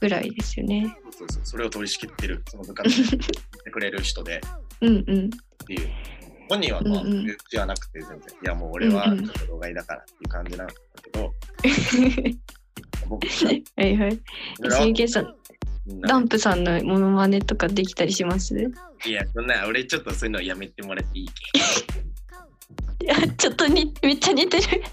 ぐらいですよね。 そうそれを取り仕切ってるその部活にってくれる人でうんっていう。本人はまあうちはなくて全然いやもう俺はちょっと老害だからっていう感じなんだけど、僕はいはい。しみけんさん、ダンプさんのモノマネとかできたりします？ いやそんな俺ちょっとそういうのやめてもらっていいいやちょっとめっちゃ似てる。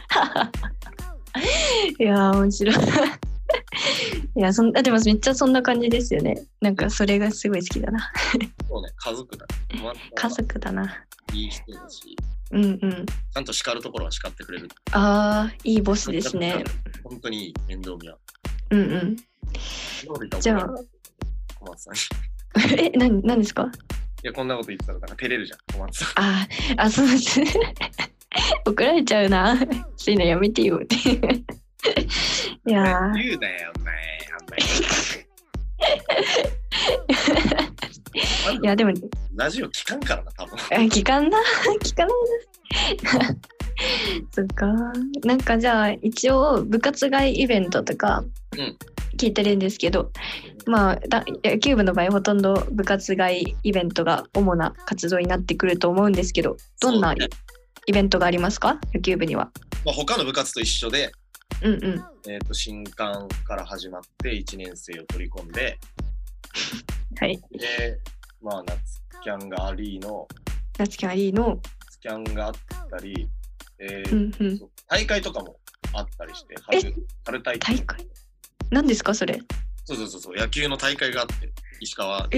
いや面白い。いやでもめっちゃそんな感じですよね。なんかそれがすごい好きだな。 そうね、家族だね。 家族だな。 いい人だし、 ちゃんと叱るところは叱ってくれる。 ああ、いいボスですね。 本当にいい面倒見は。 じゃあ、 小松さん。 何ですか？ いや、こんなこと言ってたらなんか照れるじゃん、小松さん。 あ、そうです。怒られちゃうな。そういうのやめてよって。いやー。言うなよ、お前。あんまり。 いやでもラジオ聞かんからな多分。 聞かないな。そっか。なんかじゃあ一応部活外イベントとか聞いてるんですけど、まあ野球部の場合ほとんど部活外イベントが主な活動になってくると思うんですけど、どんなイベントがありますか？野球部には。 まあ、他の部活と一緒で、新歓から始まって1年生を取り込んで、 はい。 で、まあ夏キャンがありの、 夏キャンがあったり、大会とかもあったりして、春大会。 何ですかそれ？ そう野球の大会があって石川。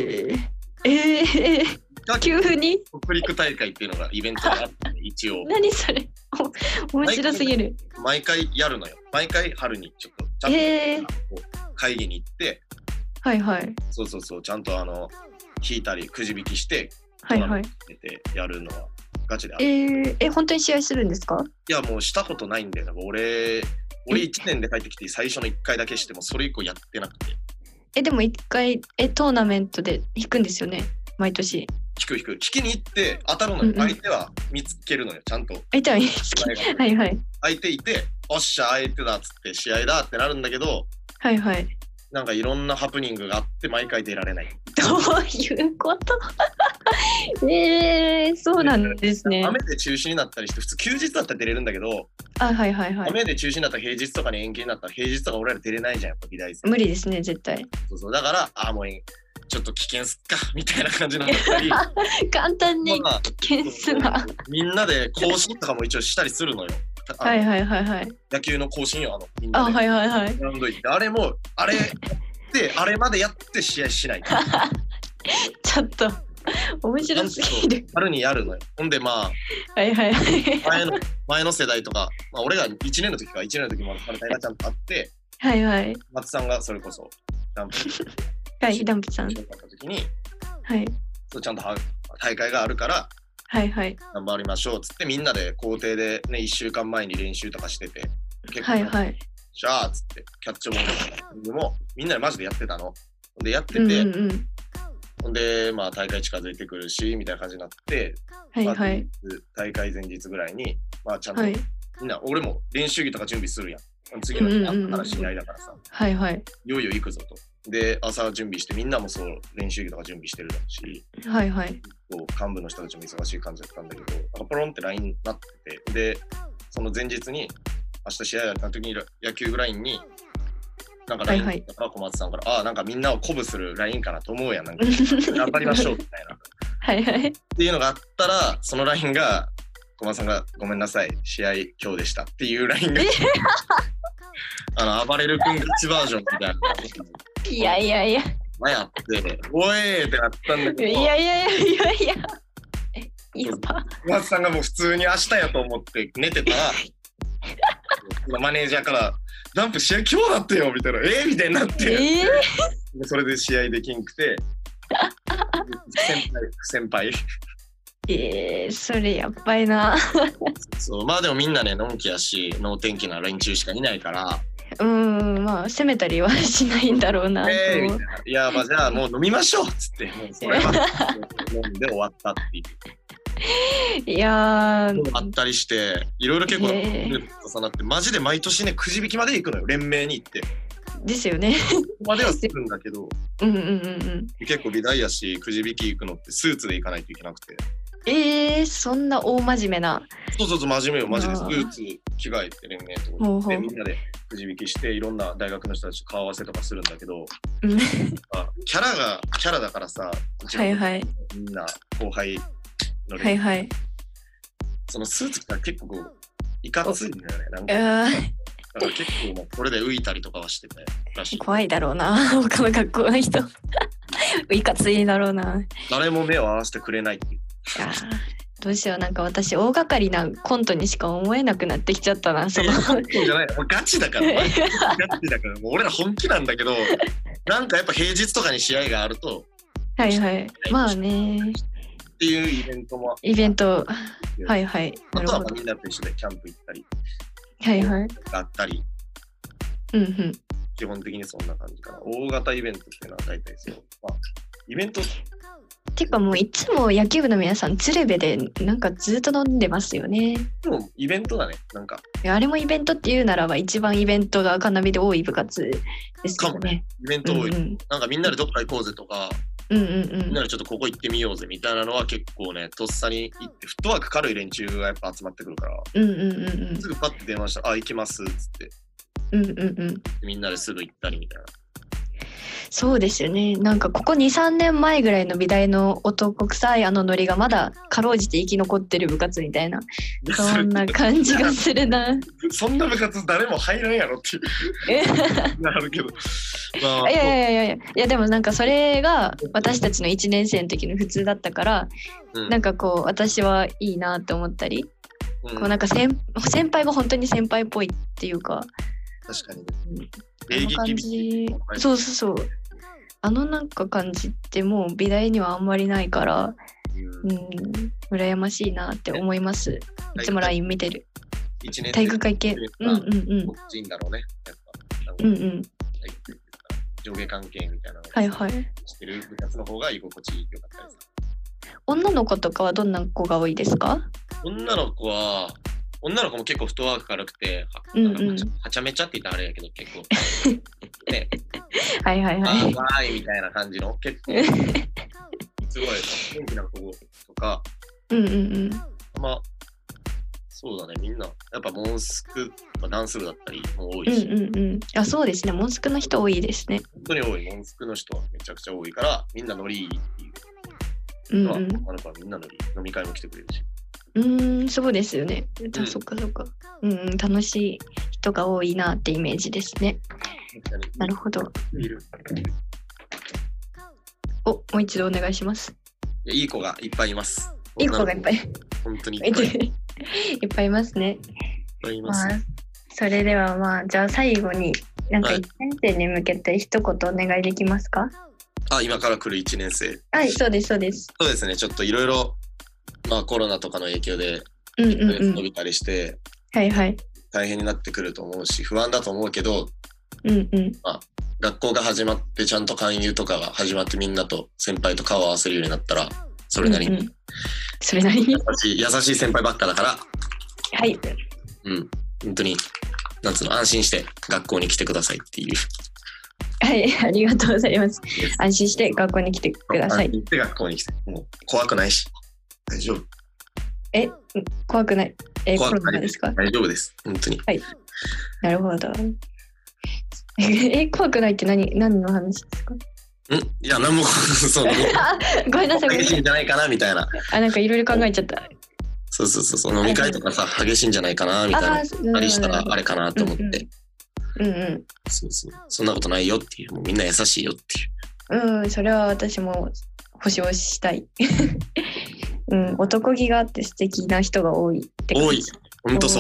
急に北陸大会っていうのがイベントがあって一応。 何それ？面白すぎる。 毎回やるのよ。毎回春にちょっとちゃんと会議に行って、 はいはい。 そうちゃんと引いたりくじ引きしてやるのはガチである。 本当に試合するんですか？ いやもうしたことないんだよ。俺1年で帰ってきて最初の1回だけしてもそれ以降やってなくて。 でも1回トーナメントで引くんですよね毎年。 引きに行って当たるのよ。相手は見つけるのよちゃんと。 相手は見つける。はいはい。 相手いておっしゃ相手だっつって試合だってなるんだけど、 はいはい。 なんかいろんなハプニングがあって毎回出られない。 どういうこと？そうなんですね。 雨で中止になったりして普通休日だったら出れるんだけど、 はい。 雨で中止になったら平日とかに延期になったら平日とか俺ら出れないじゃんやっぱ美大生。 無理ですね絶対。 そうだからもうちょっと危険すっかみたいな感じになったり。 簡単に危険すな。 みんなで更新とかも一応したりするのよ。 はい。 野球の更新よみんなで。 はい。 ラウンド行ってあれまでやって試合しない。 ちょっと面白すぎる。 春にやるのよ。ほんでまあ、前の世代とか、まあ、俺が1年の時も春大がちゃんとあって、松さんがそれこそダンプさんだった時に、ちゃんと大会があるから、頑張りましょうっつってみんなで校庭でね1週間前に練習とかしてて、結構じゃあっつってキャッチボールもみんなでマジでやってたの。でやってて、ほんでまあ大会近づいてくるしみたいな感じになって、大会前日ぐらいにまあちゃんとみんな俺も練習着とか準備するやん。次の日あったから試合だからさ、いよいよ行くぞと。で朝準備してみんなもそう練習着とか準備してるだし、幹部の人たちも忙しい感じだったんだけど、なんかポロンって LINE になってて、でその前日に明日試合やった時に野球部 LINE になんか LINE だから小松さんからなんかみんなを鼓舞する LINE かなと思うやん。なんか頑張りましょうみたいなっていうのがあったら、その LINE が小松さんがごめんなさい試合今日でしたっていう LINE が暴れる君ガチバージョンみたいな。 いややっておえーってなったんだけど、 いや小松さんがもう普通に明日やと思って寝てたらマネージャーからダンプ試合今日だってよみたいなみたいになって、それで試合できんくて先輩それやっばいな。 そうまあでもみんなねのんきやし能天気な連中しかいないから、 まあ責めたりはしないんだろうな。 みたいな。いやまあじゃあもう飲みましょうっつってもうそれは飲んで終わったっていう。 いやあったりしていろいろ結構重なってマジで毎年ねくじ引きまで行くのよ。連盟に行ってですよね。 まではするんだけど、 うんうんうんうん。 結構美大やし、くじ引き行くのってスーツで行かないといけなくて。 そんな大真面目な。 そう真面目よ、マジで。スーツ着替えて連盟とかでみんなでくじ引きして、いろんな大学の人たちと顔合わせとかするんだけど、キャラだからさ、 はいはい。 みんな後輩のはいはい。 そのスーツ着たら結構こういかついんだよね。なんかだから結構もうこれで浮いたりとかはしててらしい。 怖いだろうな、他の学校の人。いかついだろうな。 誰も目を合わせてくれないっていう。 どうしよう、なんか私大掛かりなコントにしか思えなくなってきちゃったな。 コントじゃない、もうガチだから。ガチだから、もう俺ら本気なんだけど、なんかやっぱ平日とかに試合があると。 はいはい。まあね。 っていうイベントも。 イベント。はいはい。 あとはみんなと一緒でキャンプ行ったり。 はいはい。 あったり。 うんうん。 基本的にそんな感じかな。大型イベントっていうのは大体そう。まあ、イベント。 てかもういつも野球部の皆さん鶴瓶でなんかずっと飲んでますよね。 でもイベントだね、なんか。 あれもイベントっていうならば一番イベントが赤波で多い部活ですよね。 イベント多い、なんかみんなでどっか行こうぜとか、みんなでちょっとここ行ってみようぜみたいなのは結構ね、とっさに行ってフットワーク軽い連中がやっぱ集まってくるから、すぐパッて電話したら、あ、行きますっつって、みんなですぐ行ったりみたいな。 そうですよね。なんかここ 2,3 年前ぐらいの美大の男臭いあのノリがまだかろうじて生き残ってる部活みたいな、そんな感じがするな。 そんな部活誰も入らんやろっていうなるけど、 まあ、いやでもなんかそれが私たちの1年生の時の普通だったから、なんかこう私はいいなって思ったり、こうなんか先輩が本当に先輩っぽいっていうか。 確かにね。 あの感じ、そうあのなんか感じってもう美大にはあんまりないから、羨ましいなって思います。いつも LINE 見てる。体育会系。 人だろうね。やっぱ。上下関係みたいなのをしてる部活の方が居心地良かったです。 女の子とかはどんな子が多いですか？ 女の子も結構フットワーク軽くて、はちゃめちゃって言ったらあれやけど結構ね、 はいわーいみたいな感じの結構すごい元気な子とか、まあそうだね、みんなやっぱモンスクとかダンス部だったりも多いし、 あ、そうですね、モンスクの人多いですね。 本当に多い、モンスクの人はめちゃくちゃ多いからみんなノリいいっていう、みんなノリ飲み会も来てくれるし。 そうですよね。そっか。楽しい人が多いなってイメージですね。なるほど。もう一度お願いします。 いい子がいっぱいいます。 いい子がいっぱい。 本当にいっぱい。 いっぱいいますね。 いっぱいいます。 それではじゃあ最後になんか1年生に向けて一言お願いできますか？ 今から来る1年生。 はい、そうです。そうですね、ちょっといろいろコロナとかの影響で伸びたりして、大変になってくると思うし不安だと思うけど、学校が始まってちゃんと勧誘とかが始まってみんなと先輩と顔を合わせるようになったらそれなりに優しい先輩ばっかだから、本当に安心して学校に来てくださいっていう。 はい、ありがとうございます。安心して学校に来てください。 安心して学校に来て、もう怖くないし大丈夫。 怖くない。コロナですか？ 大丈夫です。本当に。 はい。なるほど。怖くないって何の話ですか？ いや、何もそう。 ごめんなさい。 激しいんじゃないかなみたいな。 なんかいろいろ考えちゃった。 そう飲み会とかさ激しいんじゃないかなみたいな。ありしたらあれかなと思って。そんなことないよっていう、もうみんな優しいよっていう。それは私も保証したい。男気があって素敵な人が多いって感じ。 多い、本当そう。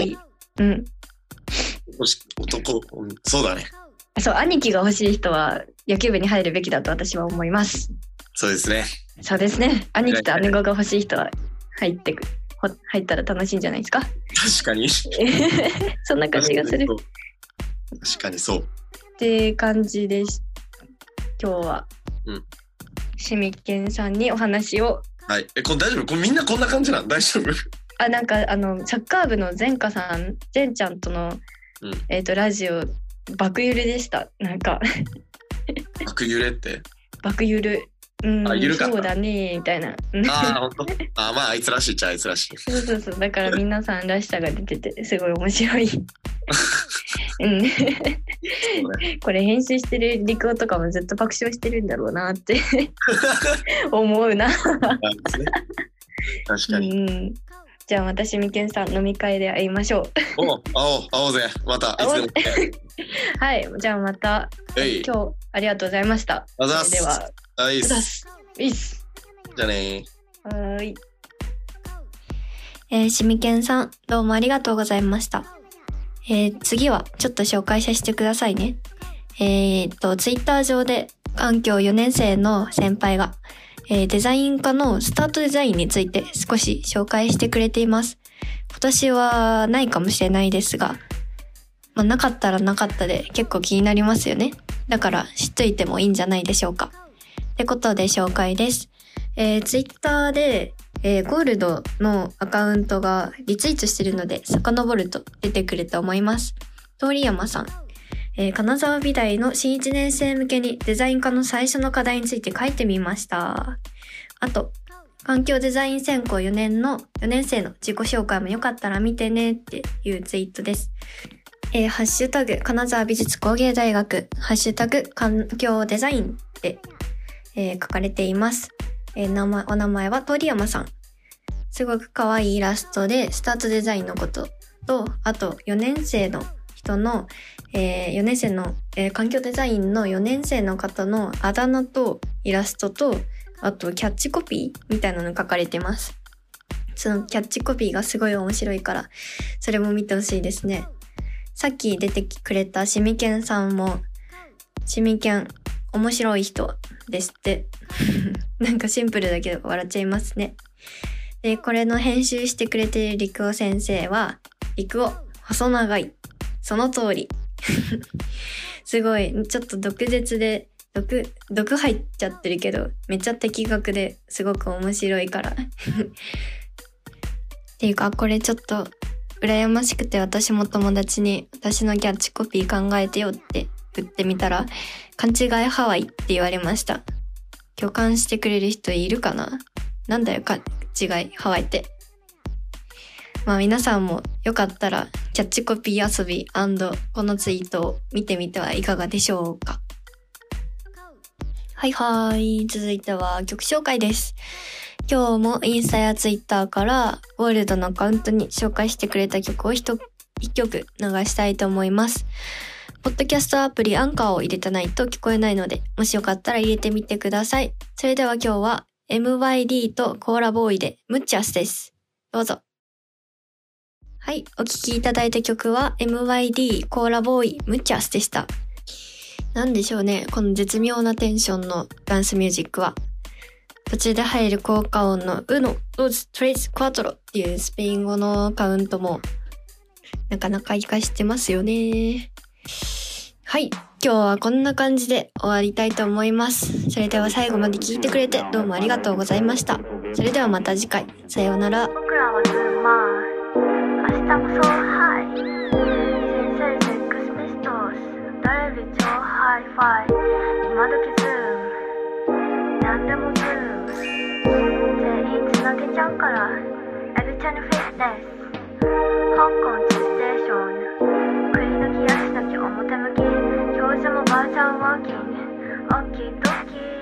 男、そうだね。 そう、兄貴が欲しい人は野球部に入るべきだと私は思います。 そうですね。 そうですね。兄貴と姉子が欲しい人は入ったら楽しいんじゃないですか。 確かに。 そんな感じがする。 確かにそう。 って感じです。今日は、しみけんさんにお話を。 はい。これ大丈夫？これみんなこんな感じなん？大丈夫？ なんかサッカー部の前ちゃんとの、ラジオ爆ゆるでした。なんか爆揺れって爆ゆる。 ゆるかった。 そうだねみたいな。 本当。まああいつらしいっちゃあいつらしい。 そうだから皆さんらしさが出ててすごい面白い。これ編集してるリクオとかもずっと爆笑してるんだろうなって思うな。 確かに。 じゃあ私みけんさん飲み会で会いましょう。 会おうぜまたいつでも。 はい、じゃあまた今日ありがとうございました。 それではじゃあねはい。しみけんさんどうもありがとうございました。次はちょっと紹介させてくださいね。ツイッター上で環境4年生の先輩が、デザイン科のスタートデザインについて少し紹介してくれています。今年はないかもしれないですが、なかったらなかったで結構気になりますよね。だから知っといてもいいんじゃないでしょうか。ってことで紹介です。ツイッターでゴールドのアカウントがリツイートしてるので遡ると出てくると思います。通山さん、金沢美大の新1年生向けにデザイン科の最初の課題について書いてみました。あと、環境デザイン専攻4年生の自己紹介もよかったら見てねっていうツイートです。ハッシュタグ金沢美術工芸大学、ハッシュタグ環境デザインで、書かれています。お名前は通山さん。すごく可愛いイラストでスタートデザインのことと、あと4年生の人の、4年生の、環境デザインの4年生の方のあだ名とイラストと、あとキャッチコピーみたいなの書かれてます。そのキャッチコピーがすごい面白いから、それも見てほしいですね。さっき出てくれたしみけんさんも、しみけん面白い人ですって。なんかシンプルだけど笑っちゃいますね。で、これの編集してくれている陸尾先生は、陸尾、細長い。その通り。すごい、ちょっと毒舌で、毒入っちゃってるけど、めっちゃ的確ですごく面白いから。っていうか、これちょっと、羨ましくて私も友達に私のキャッチコピー考えてよって言ってみたら、勘違いハワイって言われました。共感してくれる人いるかな？なんだよ、勘違いハワイって。皆さんもよかったらキャッチコピー遊び&このツイートを見てみてはいかがでしょうか。はい、続いては曲紹介です。今日もインスタやツイッターからゴールドのアカウントに紹介してくれた曲を一曲流したいと思います。ポッドキャストアプリアンカーを入れてないと聞こえないので、もしよかったら入れてみてください。それでは今日は MYD とコーラボーイでムッチャスです。どうぞ。はい、お聴きいただいた曲は MYD コーラボーイムッチャスでした。なんでしょうね、この絶妙なテンションのダンスミュージックは。途中で入る効果音のウノ、ドズ、トレイス、クワトロっていうスペイン語のカウントもなかなか活かしてますよね。はい、今日はこんな感じで終わりたいと思います。それでは最後まで聞いてくれてどうもありがとうございました。それではまた次回、さようなら。僕らはズーマー、明日もそうハイ、先生セックスピストス、誰より超ハイファイ、今時ズーム、なんでもズーム、全員つなげちゃうから、エビチャンフィットネス、香港地ステーション、栗の木足だけ表向き、教授もばあちゃんワーキング、オッキードッキー